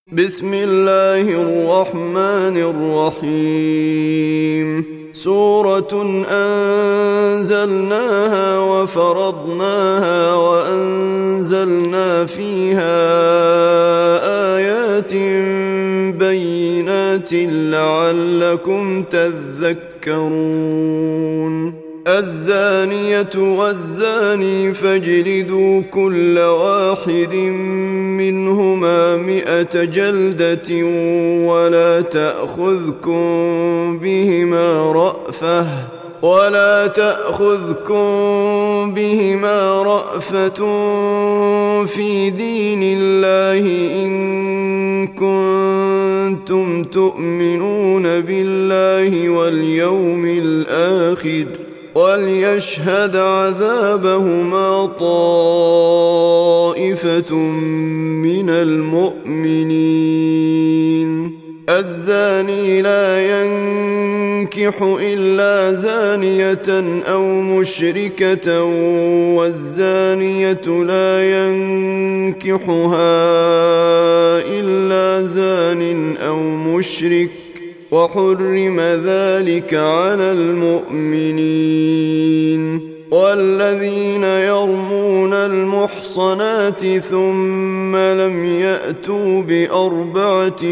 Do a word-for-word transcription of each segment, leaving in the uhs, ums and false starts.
بسم الله الرحمن الرحيم. سورة أنزلناها وفرضناها وأنزلنا فيها آيات بينات لعلكم تذكرون. الزانية والزاني فاجلدوا كل واحد منهما مئة جلدة ولا تأخذكم بهما رأفة ولا تأخذكم بهما رأفة في دين الله إن كنتم تؤمنون بالله واليوم الآخر وليشهد عذابهما طائفة من المؤمنين. الزاني لا ينكح إلا زانية أو مشركة والزانية لا ينكحها إلا زان أو مشرك وحرم ذلك على المؤمنين. والذين يرمون المحصنات ثم لم يأتوا بأربعة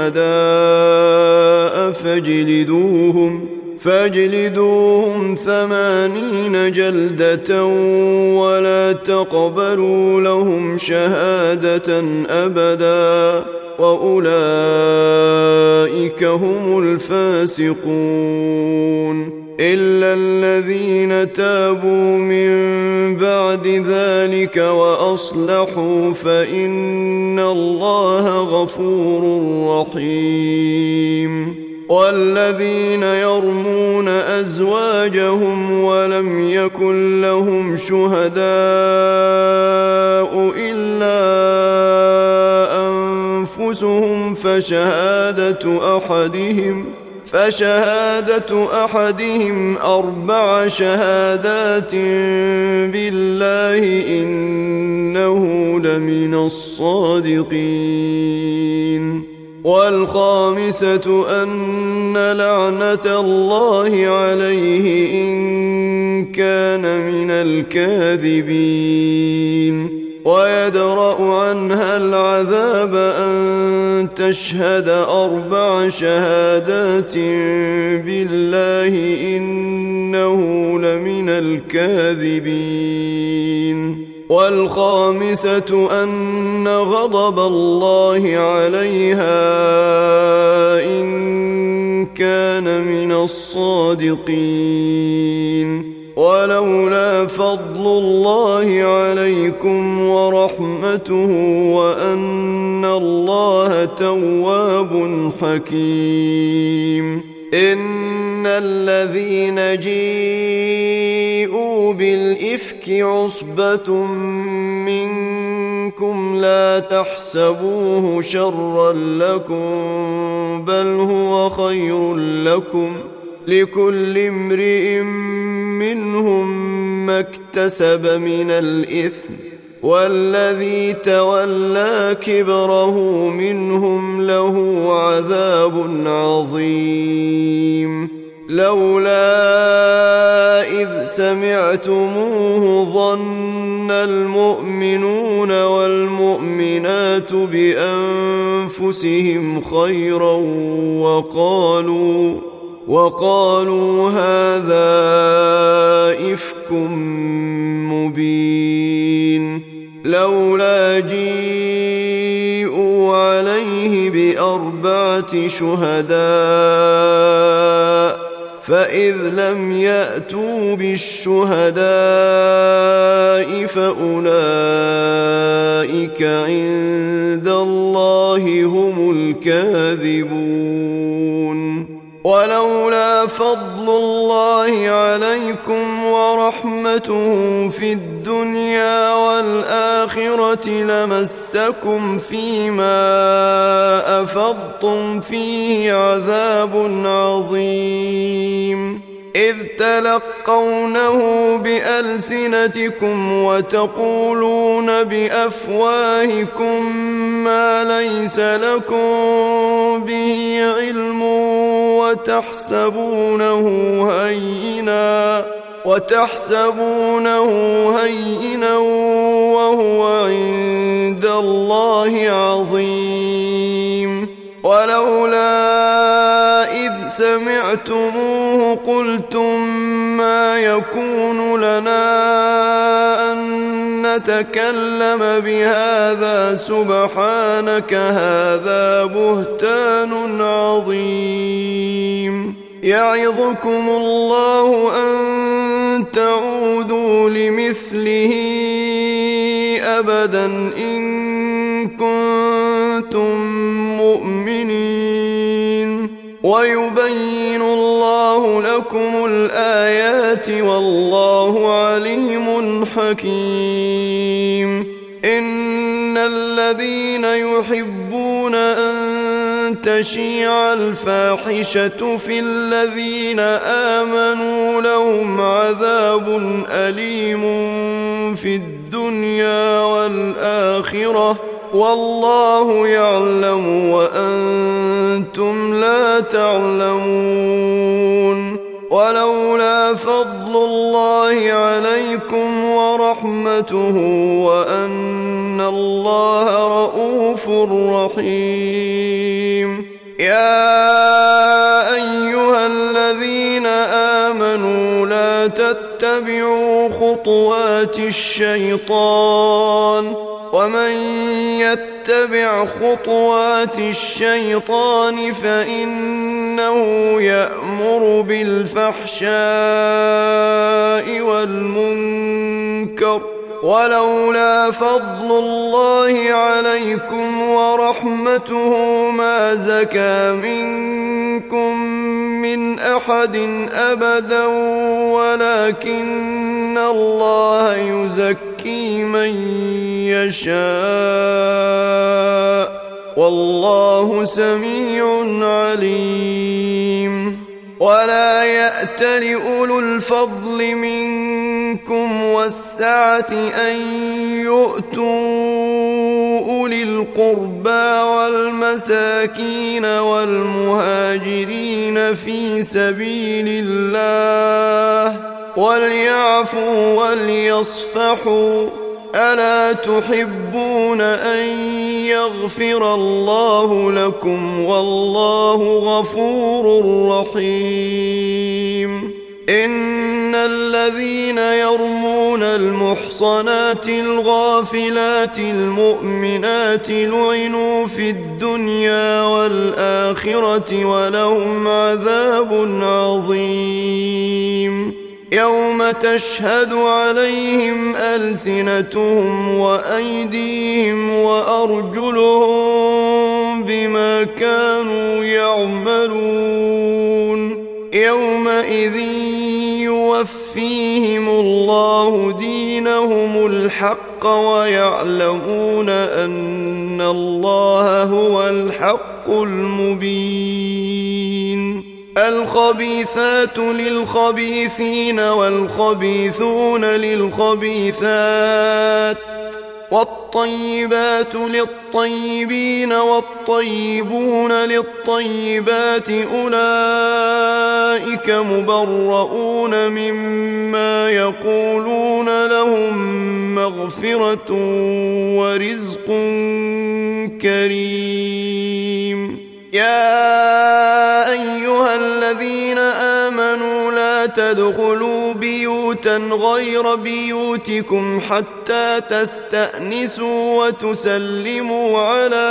شهداء فاجلدوهم فاجلدوهم ثمانين جلدة ولا تقبلوا لهم شهادة أبدا وأولئك هم الفاسقون. إلا الذين تابوا من بعد ذلك وأصلحوا فإن الله غفور رحيم. والذين يرمون أزواجهم ولم يكن لهم شهداء إلا أنفسهم فشهادة أحدهم فشهادة أحدهم أربع شهادات بالله إنه لمن الصادقين. والخامسة أن لعنة الله عليه إن كان من الكاذبين. ويدرأ عنها العذاب أن تشهد أربع شهادات بالله إنه لمن الكاذبين. والخامسة أن غضب الله عليها إن كان من الصادقين. ولولا فضل الله عليكم ورحمته وأن الله تواب حكيم. إن الذين جيءوا بالإفك عصبة منكم لا تحسبوه شرا لكم بل هو خير لكم لكل امرئ منهم ما اكتسب من الإثم والذي تولى كبره منهم له عذاب عظيم. لولا إذ سمعتموه ظن المؤمنون والمؤمنات بأنفسهم خيرا وقالوا وقالوا هذا إفك مبين. لولا جيءوا عليه بأربعة شهداء فإذ لم يأتوا بالشهداء فأولئك عند الله هم الكاذبون. ولولا فضل الله عليكم ورحمته في الدنيا والآخرة لمسكم فيما أفضتم فيه عذاب عظيم. إذ تلقونه بألسنتكم وتقولون بأفواهكم ما ليس لكم به علم وتحسبونه هينا وتحسبونه هينا وهو عند الله عظيم. ولولا إذ سمعتموه قلتم ما يكون لنا أن نتكلم بهذا سبحانك هذا بهتان عظيم. يعظكم الله أن تعودوا لمثله أبدا إن كنتم مؤمنين. ويبين الله لكم الآيات والله عليم حكيم. إن الذين يحبون أن تشيع الفاحشة في الذين آمنوا لهم عذاب أليم في الدنيا والآخرة والله يعلم وأنتم لا تعلمون. ولولا فضل الله عليكم ورحمته وأن الله رؤوف رحيم. يا أيها الذين آمنوا لا تتبعوا خطوات الشيطان ومن يتبع خطوات الشيطان فإنه يأمر بالفحشاء والمنكر. ولولا فضل الله عليكم ورحمته ما زكى منكم من أحد أبدا ولكن الله يزكي من يشاء والله سميع عليم. ولا يأتل أولو الفضل منكم والسعة أن يؤتوا أولي القربى والمساكين والمهاجرين في سبيل الله وليعفوا وليصفحوا ألا تحبون أن يغفر الله لكم والله غفور رحيم. إن الذين يرمون المحصنات الغافلات المؤمنات لعنوا في الدنيا والآخرة ولهم عذاب عظيم. يوم تشهد عليهم ألسنتهم وأيديهم وأرجلهم بما كانوا يعملون. يومئذ يوفيهم الله دينهم الحق ويعلمون أن الله هو الحق المبين. الخبيثات للخبيثين والخبيثون للخبيثات والطيبات للطيبين والطيبون للطيبات أولئك مبرؤون مما يقولون لهم مغفرة ورزق كريم. يا أيها الذين آمنوا لا تدخلوا بيوتا غير بيوتكم حتى تستأنسوا وتسلموا على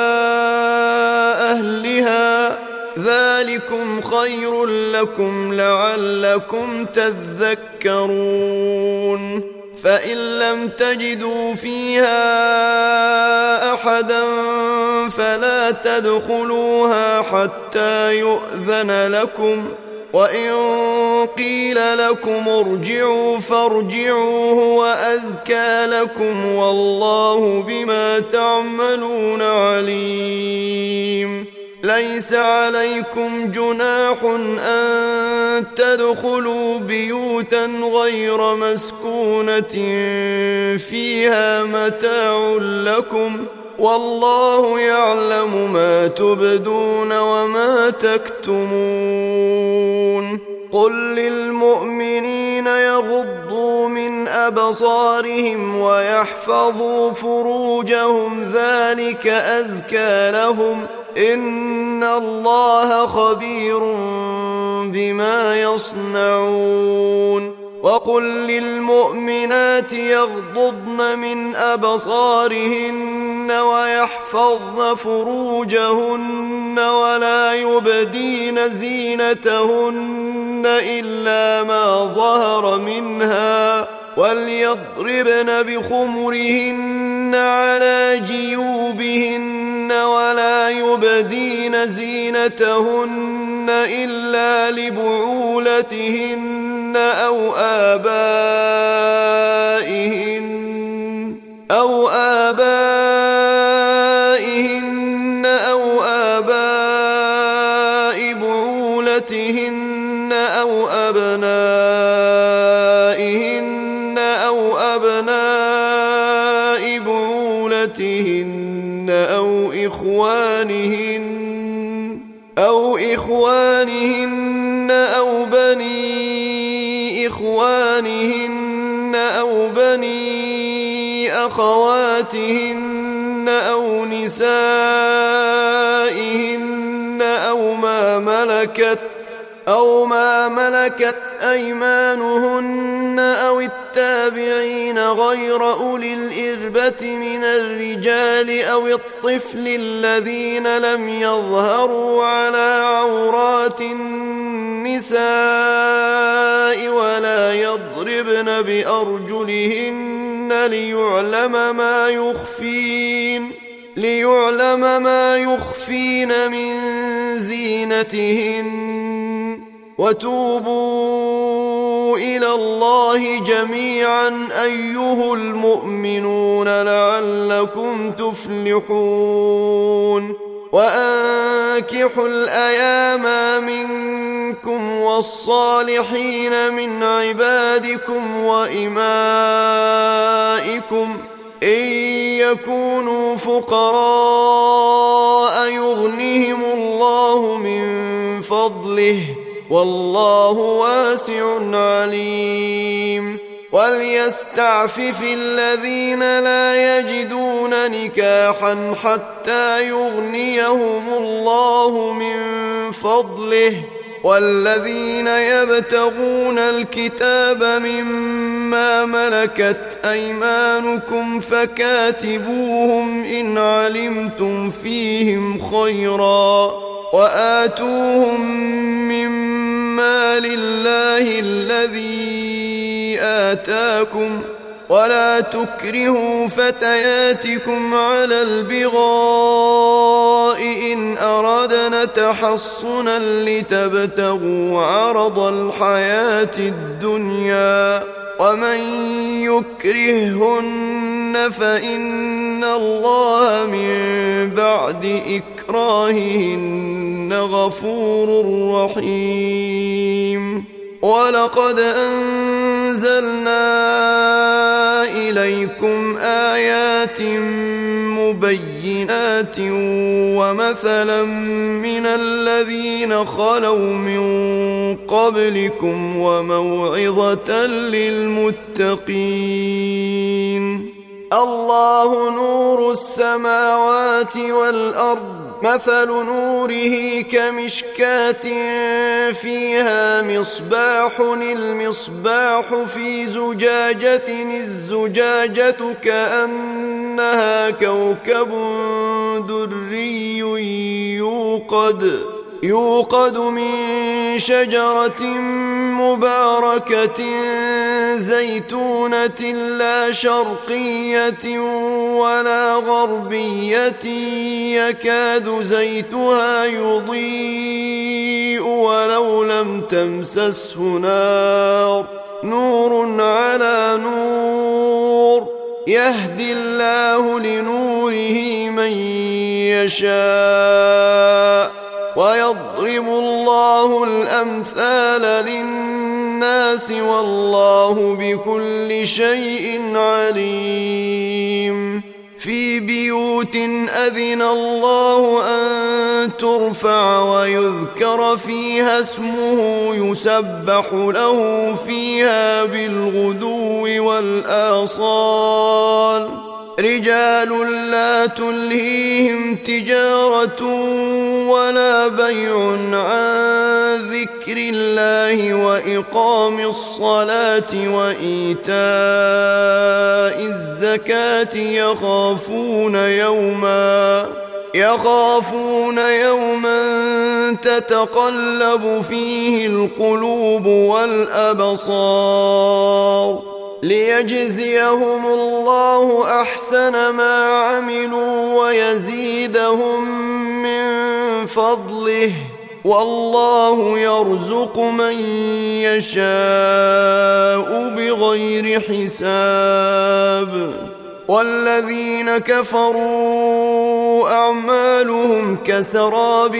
أهلها ذلكم خير لكم لعلكم تذكرون. فإن لم تجدوا فيها أحدا فلا تدخلوها حتى يؤذن لكم وإن قيل لكم ارجعوا فارجعوا هو أزكى لكم والله بما تعملون عليم. ليس عليكم جناح أن تدخلوا بيوتا غير مسكونة فيها متاع لكم والله يعلم ما تبدون وما تكتمون قل للمؤمنين يغضوا من أبصارهم ويحفظوا فروجهم ذلك أزكى لهم إن الله خبير بما يصنعون وقل للمؤمنات يغضضن من أبصارهن ويحفظن فروجهن ولا يبدين زينتهن إلا ما ظهر منها وليضربن بخمرهن على جيوبهن ولا يبدين زينتهن إلا لبعولتهن أو آبائهن أو آبائهن أو آباء بعولتهن أو أبنائهن أو أبناء بعولتهن أو إخوانهن أو إخوانهن أو بني إخوانهن أو بني أخواتهن أو نسائهن أو ما ملكت أو ما ملكت أيمانهن أو التابعين غير أولي الإربة من الرجال أو الطفل الذين لم يظهروا على عورات النساء ولا يضربن بأرجلهن ليعلم ما يخفين ليعلم ما يخفين من زينتهن وتوبوا إلى الله جميعا أيها المؤمنون لعلكم تفلحون وأنكحوا الأيام منكم والصالحين من عبادكم وإمائكم إن يكونوا فقراء يغنهم الله من فضله والله واسع عليم وليستعفف الذين لا يجدون نكاحا حتى يغنيهم الله من فضله والذين يبتغون الكتاب مما ملكت أيمانكم فكاتبوهم إن علمتم فيهم خيرا وآتوهم مما لله الذي آتاكم ولا تكرهوا فتياتكم على البغاء إن أردنا تحصنا لتبتغوا عرض الحياة الدنيا ومن يكرههن فإن الله من بعد إكراههن غفور رحيم ولقد أنزلنا إليكم آيات مبينات ومثلا من الذين خلوا من قبلكم وموعظة للمتقين الله نور السماوات والأرض مثل نوره كمشكاة فيها مصباح المصباح في زجاجة الزجاجة كأنها كوكب دري يوقد يوقد من شجرة مباركة زيتونة لا شرقية ولا غربية يكاد زيتها يضيء ولو لم تمسسه نار نور على نور يهدي الله لنوره من يشاء ويضرب الله الأمثال للناس والله بكل شيء عليم في بيوت أذن الله أن ترفع ويذكر فيها اسمه يسبح له فيها بالغدو والآصال رجال لا تلهيهم تجارة ولا بيع عن ذكر الله وإقام الصلاة وإيتاء الزكاة يخافون يوما يخافون يوما تتقلب فيه القلوب والأبصار ليجزيهم الله أحسن ما عملوا ويزيدهم من فضله والله يرزق من يشاء بغير حساب والذين كفروا أعمالهم كسراب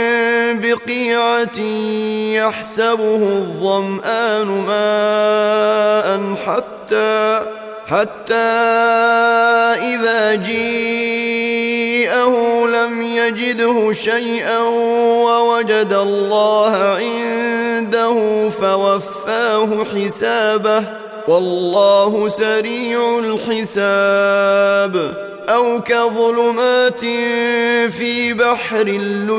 بقيعة يحسبه الظمآن ماء حتى حتى إذا جيءه لم يجده شيئا ووجد الله عنده فوفاه حسابه والله سريع الحساب أو كظلمات في بحر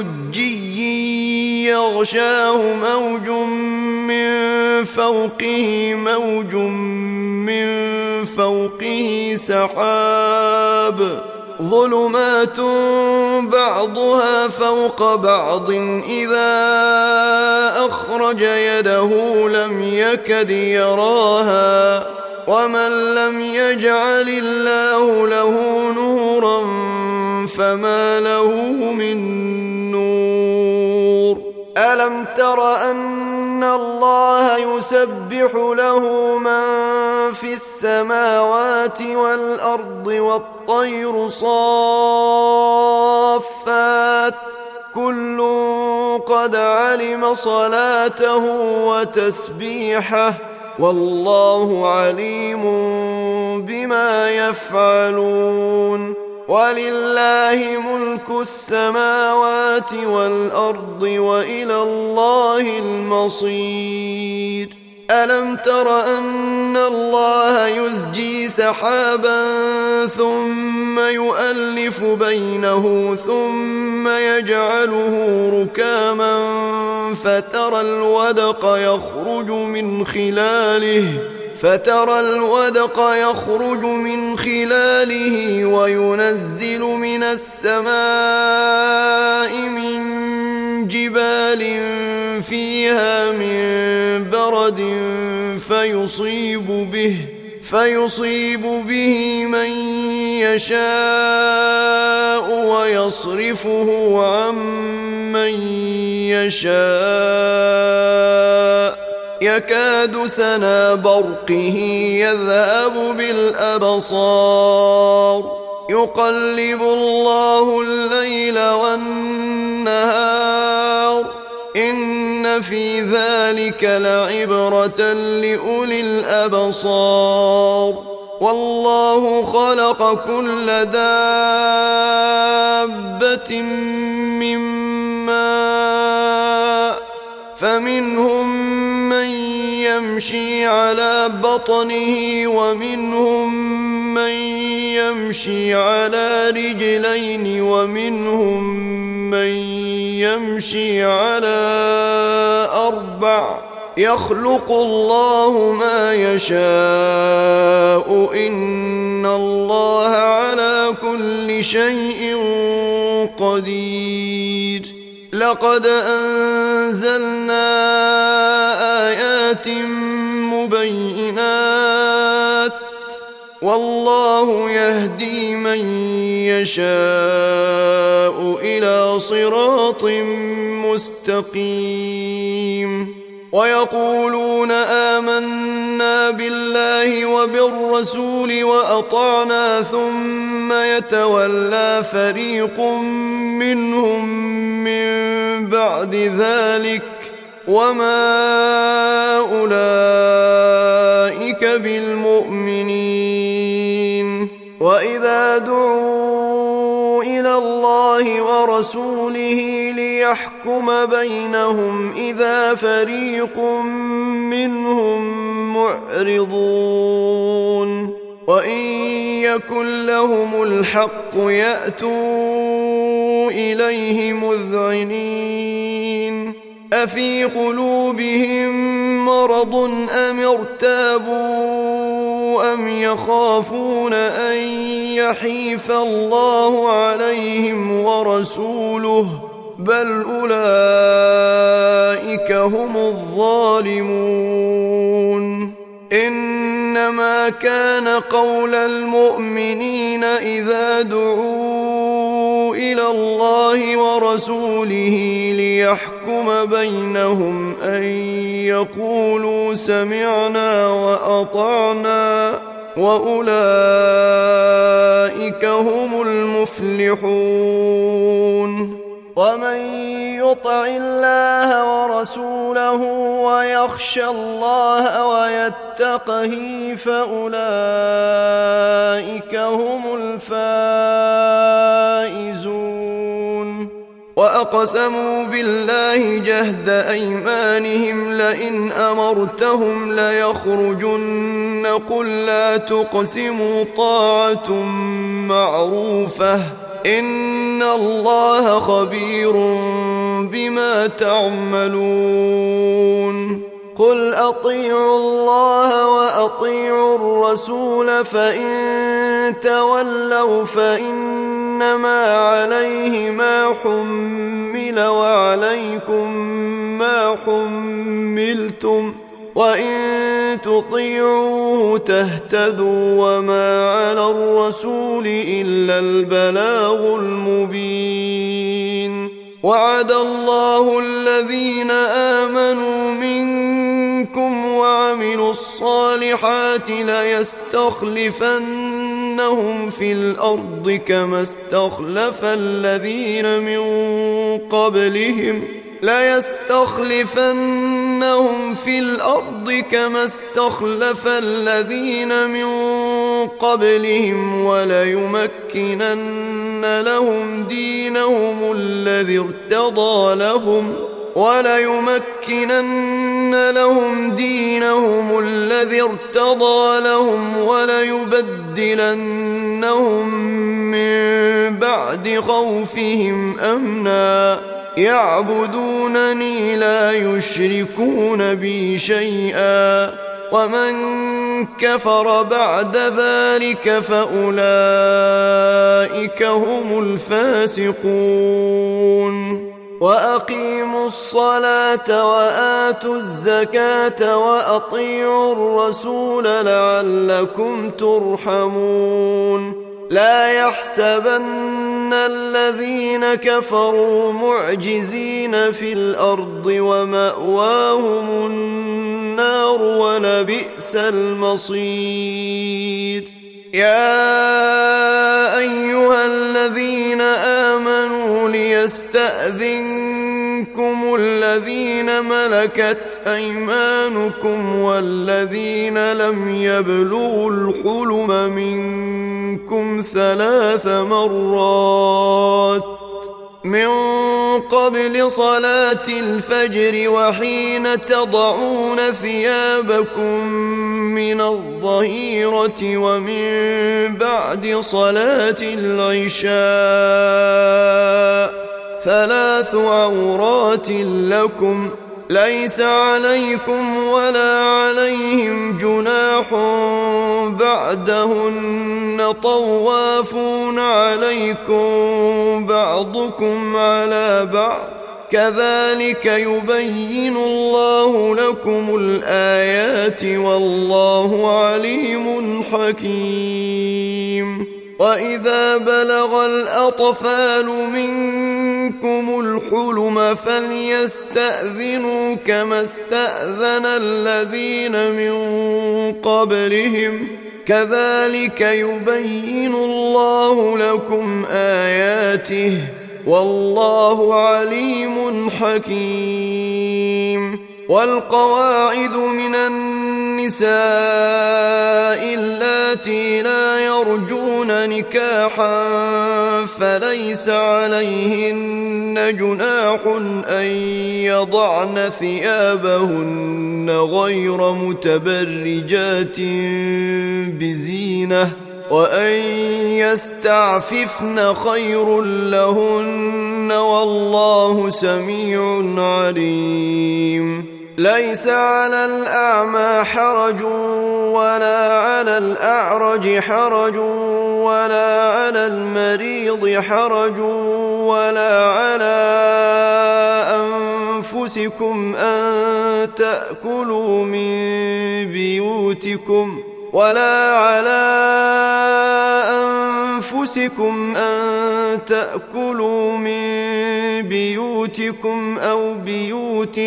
لجي يغشاه موج من فوقه موج من فوقه سحاب ظلمات بعضها فوق بعض إذا أخرج يده لم يكد يراها ومن لم يجعل الله له نورا فما له من نور ألم تر أن الله يسبح له من في السماوات والأرض والطير صافات كل قد علم صلاته وتسبيحه والله عليم بما يفعلون ولله ملك السماوات والأرض وإلى الله المصير ألم تر أن الله يزجي سحابا ثم يؤلف بينه ثم يجعله ركاما فترى الودق يخرج من خلاله فترى الودق يخرج من خلاله وينزل من السماء من جبال فيها من برد فيصيب به فيصيب به من يشاء ويصرفه عن من يشاء يكاد سنا برقه يذهب بالأبصار يقلب الله الليل والنهار إن في ذلك لعبرة لأولي الأبصار والله خلق كل دابة من ماء فمنهم من يمشي على بطنه ومنهم من يمشي على رجلين ومنهم من يمشي على أربع يخلق الله ما يشاء إن الله على كل شيء قدير لقد أنزلنا آيات مبينات والله يهدي من يشاء إلى صراط مستقيم ويقولون آمنا بالله وبالرسول وأطعنا ثم يتولى فريق منهم من بعد بعد ذلك وما أولئك بالمؤمنين. وإذا دعوا إلى الله ورسوله ليحكم بينهم إذا فريق منهم معرضون. وإن يكن لهم الحق يأتوا إليه مذعنين. أفي قلوبهم مرض أم ارتابوا أم يخافون أن يحيف الله عليهم ورسوله بل أولئك هم الظالمون. إنما كان قول المؤمنين إذا دعوا إلى الله ورسوله ليحكم بينهم أن يقولوا سمعنا وأطعنا وأولئك هم المفلحون. ومن يطع الله ورسوله ويخشى الله ويتقه فأولئك هم الفائزون. وأقسموا بالله جهد أيمانهم لئن أمرتهم ليخرجن قل لا تقسموا طاعة معروفة إن الله خبير بما تعملون. قل أطيعوا الله وأطيعوا الرسول فإن تولوا فإنما عليه ما حمل وعليكم ما حملتم وإن تطيعوه تهتدوا وما على الرسول إلا البلاغ المبين. وعد الله الذين آمنوا منكم وعملوا الصالحات ليستخلفنهم في الأرض كما استخلف الذين من قبلهم ليستخلفنهم في الأرض كما استخلف الذين من قبلهم وليمكنن لهم دينهم الذي ارتضى لهم وليمكنن لهم دينهم الذي ارتضى لهم وليبدلنهم من بعد خوفهم أمنا يعبدونني لا يشركون بي شيئا ومن كفر بعد ذلك فأولئك هم الفاسقون. وأقيموا الصلاة وآتوا الزكاة وأطيعوا الرسول لعلكم ترحمون. لا يحسبن الذين كفروا معجزين في الأرض ومأواهم النار ولبئس المصير. يا أيها الذين آمنوا ليستأذنكم الذين ملكت أيمانكم والذين لم يبلغوا الحلم منكم ثلاث مرات من قبل صلاة الفجر وحين تضعون ثيابكم من الظهيرة ومن بعد صلاة العشاء ثلاث عورات لكم ليس عليكم ولا عليهم جناح بعدهن طوافون عليكم بعضكم على بعض كذلك يبين الله لكم الآيات والله عليم حكيم. وإذا بلغ الأطفال منكم الحلم فليستأذنوا كما استأذن الذين من قبلهم كذلك يبين الله لكم آياته والله عليم حكيم. والقواعد من النساء اللاتي لا يرجون نكاحا فليس عليهن جناح أن يضعن ثيابهن غير متبرجات بزينة وأن يستعففن خير لهن والله سميع عليم. ليس على الأعمى حرج ولا على الأعرج حرج ولا على المريض حرج ولا على أنفسكم أن تأكلوا من بيوتكم ولا على أنفسكم أن تأكلوا من بيوتكم أو بيوت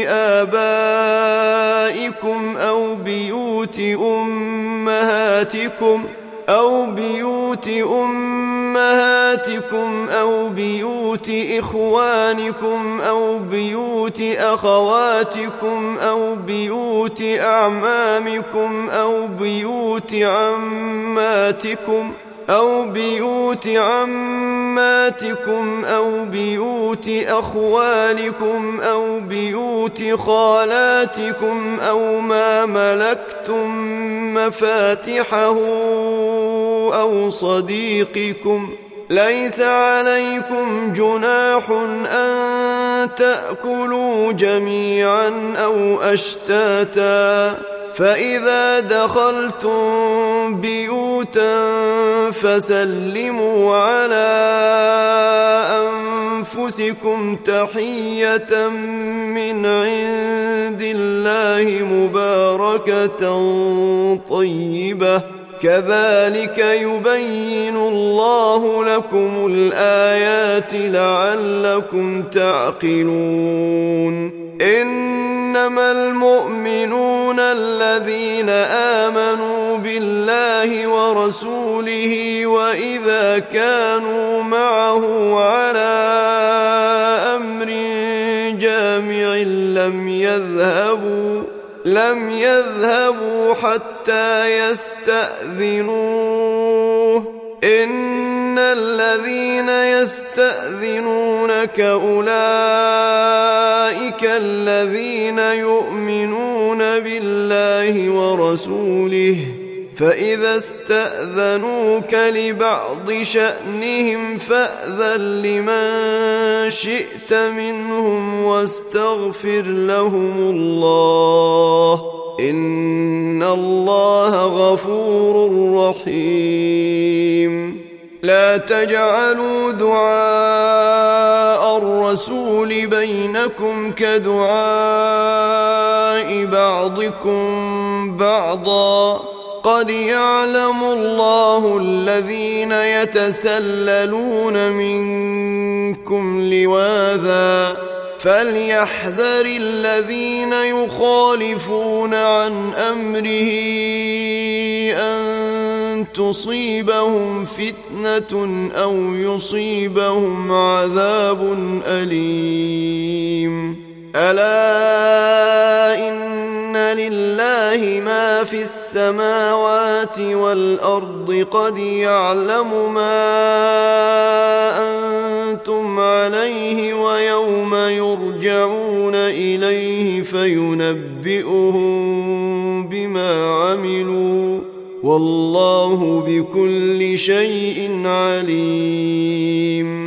آبائكم أو بيوت أمهاتكم أو بيوت أمهاتكم أو بيوت إخوانكم أو بيوت أخواتكم أو بيوت أعمامكم أو بيوت عماتكم أو بيوت عماتكم أو بيوت أخوالكم أو بيوت خالاتكم أو ما ملكتم مفاتحه أو صديقكم. ليس عليكم جناح أن تأكلوا جميعا أو أشتاتا فإذا دخلتم بيوتا فسلموا على أنفسكم تحية من عند الله مباركة طيبة كذلك يبين الله لكم الآيات لعلكم تعقلون. إنما المؤمنون الذين آمنوا بالله ورسوله وإذا كانوا معه على أمر جامع لم يذهبوا لم يذهبوا حتى يستأذنوه. إن الذين يستأذنونك أولئك الذين يؤمنون بالله ورسوله فإذا استأذنوك لبعض شأنهم فأذن لمن شئت منهم واستغفر لهم الله إن الله غفور رحيم. لا تجعلوا دعاء الرسول بينكم كدعاء بعضكم بعضا قد يعلم الله الذين يتسللون منكم لواذا فليحذر الذين يخالفون عن أمره أن تصيبهم فتنة أو يصيبهم عذاب أليم. ألا إن لله ما في السماوات والأرض قد يعلم ما أنتم عليه ويوم يرجعون إليه فينبئهم بما عملوا والله بكل شيء عليم.